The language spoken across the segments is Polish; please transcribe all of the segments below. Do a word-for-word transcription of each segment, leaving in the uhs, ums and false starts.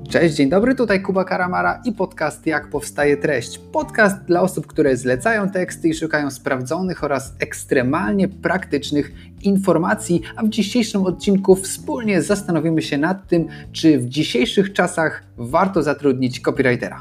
Cześć, dzień dobry, tutaj Kuba Karamara i podcast Jak powstaje treść. Podcast dla osób, które zlecają teksty i szukają sprawdzonych oraz ekstremalnie praktycznych informacji, a w dzisiejszym odcinku wspólnie zastanowimy się nad tym, czy w dzisiejszych czasach warto zatrudnić copywritera.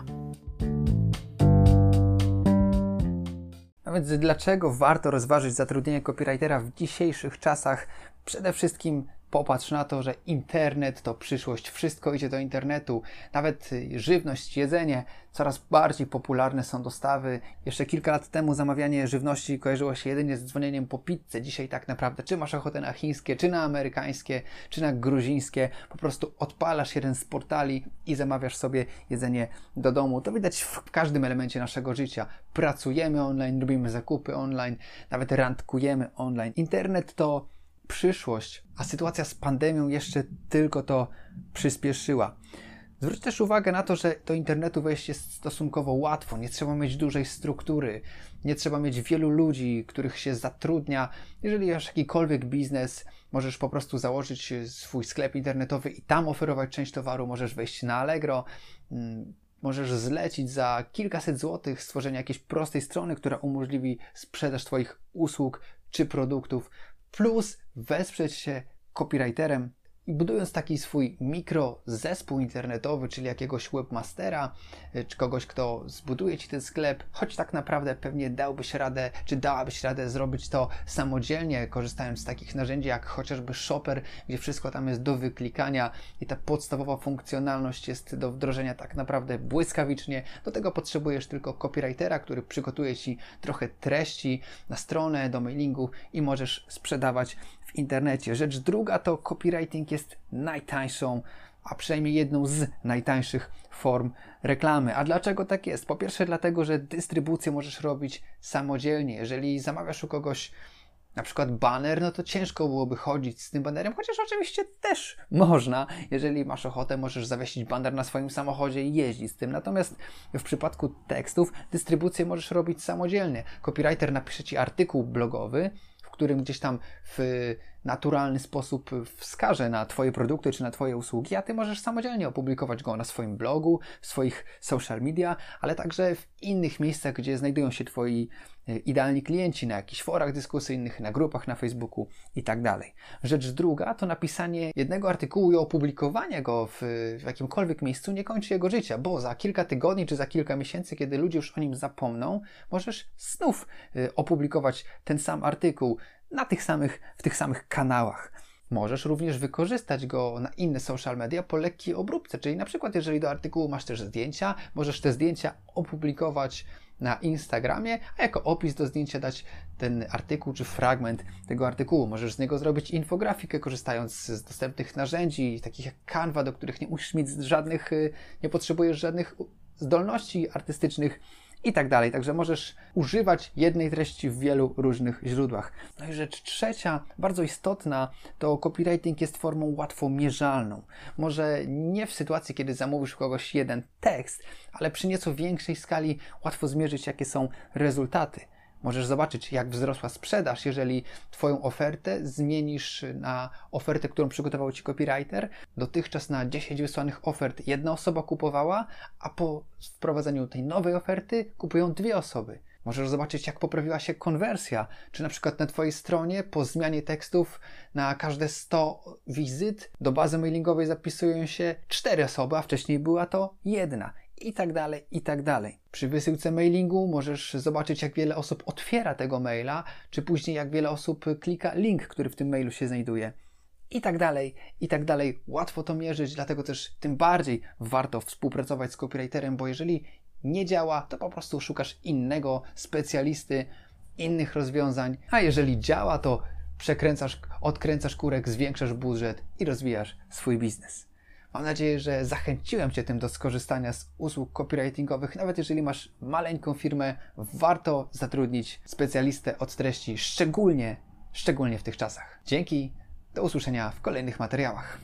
A więc dlaczego warto rozważyć zatrudnienie copywritera w dzisiejszych czasach? Przede wszystkim popatrz na to, że internet to przyszłość, wszystko idzie do internetu, nawet żywność, jedzenie, coraz bardziej popularne są dostawy. Jeszcze kilka lat temu zamawianie żywności kojarzyło się jedynie z dzwonieniem po pizzę. Dzisiaj tak naprawdę, czy masz ochotę na chińskie, czy na amerykańskie, czy na gruzińskie, po prostu odpalasz jeden z portali i zamawiasz sobie jedzenie do domu. To widać w każdym elemencie naszego życia. Pracujemy online, robimy zakupy online, nawet randkujemy online. Internet to przyszłość, a sytuacja z pandemią jeszcze tylko to przyspieszyła. Zwróć też uwagę na to, że do internetu wejść jest stosunkowo łatwo, nie trzeba mieć dużej struktury, nie trzeba mieć wielu ludzi, których się zatrudnia. Jeżeli masz jakikolwiek biznes, możesz po prostu założyć swój sklep internetowy i tam oferować część towaru, możesz wejść na Allegro, możesz zlecić za kilkaset złotych stworzenie jakiejś prostej strony, która umożliwi sprzedaż Twoich usług czy produktów, plus wesprzeć się copywriterem i budując taki swój mikro zespół internetowy, czyli jakiegoś webmastera, czy kogoś, kto zbuduje Ci ten sklep, choć tak naprawdę pewnie dałbyś radę, czy dałabyś radę zrobić to samodzielnie, korzystając z takich narzędzi jak chociażby Shopper, gdzie wszystko tam jest do wyklikania i ta podstawowa funkcjonalność jest do wdrożenia tak naprawdę błyskawicznie. Do tego potrzebujesz tylko copywritera, który przygotuje Ci trochę treści na stronę, do mailingu i możesz sprzedawać w internecie. Rzecz druga to copywriting jest najtańszą, a przynajmniej jedną z najtańszych form reklamy. A dlaczego tak jest? Po pierwsze dlatego, że dystrybucję możesz robić samodzielnie. Jeżeli zamawiasz u kogoś na przykład baner, no to ciężko byłoby chodzić z tym banerem, chociaż oczywiście też można. Jeżeli masz ochotę, możesz zawiesić baner na swoim samochodzie i jeździć z tym. Natomiast w przypadku tekstów dystrybucję możesz robić samodzielnie. Copywriter napisze Ci artykuł blogowy, w którym gdzieś tam w naturalny sposób wskaże na Twoje produkty czy na Twoje usługi, a Ty możesz samodzielnie opublikować go na swoim blogu, w swoich social media, ale także w innych miejscach, gdzie znajdują się Twoi idealni klienci, na jakichś forach dyskusyjnych, na grupach na Facebooku i tak dalej. Rzecz druga to napisanie jednego artykułu i opublikowanie go w, w jakimkolwiek miejscu nie kończy jego życia, bo za kilka tygodni czy za kilka miesięcy, kiedy ludzie już o nim zapomną, możesz znów y, opublikować ten sam artykuł na tych samych, w tych samych kanałach. Możesz również wykorzystać go na inne social media po lekkiej obróbce, czyli na przykład jeżeli do artykułu masz też zdjęcia, możesz te zdjęcia opublikować na Instagramie, a jako opis do zdjęcia dać ten artykuł czy fragment tego artykułu. Możesz z niego zrobić infografikę, korzystając z dostępnych narzędzi, takich jak Canva, do których nie musisz mieć żadnych, nie potrzebujesz żadnych zdolności artystycznych i tak dalej. Także możesz używać jednej treści w wielu różnych źródłach. No i rzecz trzecia, bardzo istotna, to copywriting jest formą łatwo mierzalną. Może nie w sytuacji, kiedy zamówisz u kogoś jeden tekst, ale przy nieco większej skali łatwo zmierzyć, jakie są rezultaty. Możesz zobaczyć, jak wzrosła sprzedaż, jeżeli Twoją ofertę zmienisz na ofertę, którą przygotował Ci copywriter. Dotychczas na dziesięć wysłanych ofert jedna osoba kupowała, a po wprowadzeniu tej nowej oferty kupują dwie osoby. Możesz zobaczyć, jak poprawiła się konwersja, czy na przykład na Twojej stronie po zmianie tekstów na każde sto wizyt do bazy mailingowej zapisują się cztery osoby, a wcześniej była to jedna. I tak dalej, i tak dalej. Przy wysyłce mailingu możesz zobaczyć, jak wiele osób otwiera tego maila, czy później jak wiele osób klika link, który w tym mailu się znajduje. I tak dalej, i tak dalej. Łatwo to mierzyć, dlatego też tym bardziej warto współpracować z copywriterem, bo jeżeli nie działa, to po prostu szukasz innego specjalisty, innych rozwiązań, a jeżeli działa, to przekręcasz, odkręcasz kurek, zwiększasz budżet i rozwijasz swój biznes. Mam nadzieję, że zachęciłem Cię tym do skorzystania z usług copywritingowych. Nawet jeżeli masz maleńką firmę, warto zatrudnić specjalistę od treści, szczególnie, szczególnie w tych czasach. Dzięki, do usłyszenia w kolejnych materiałach.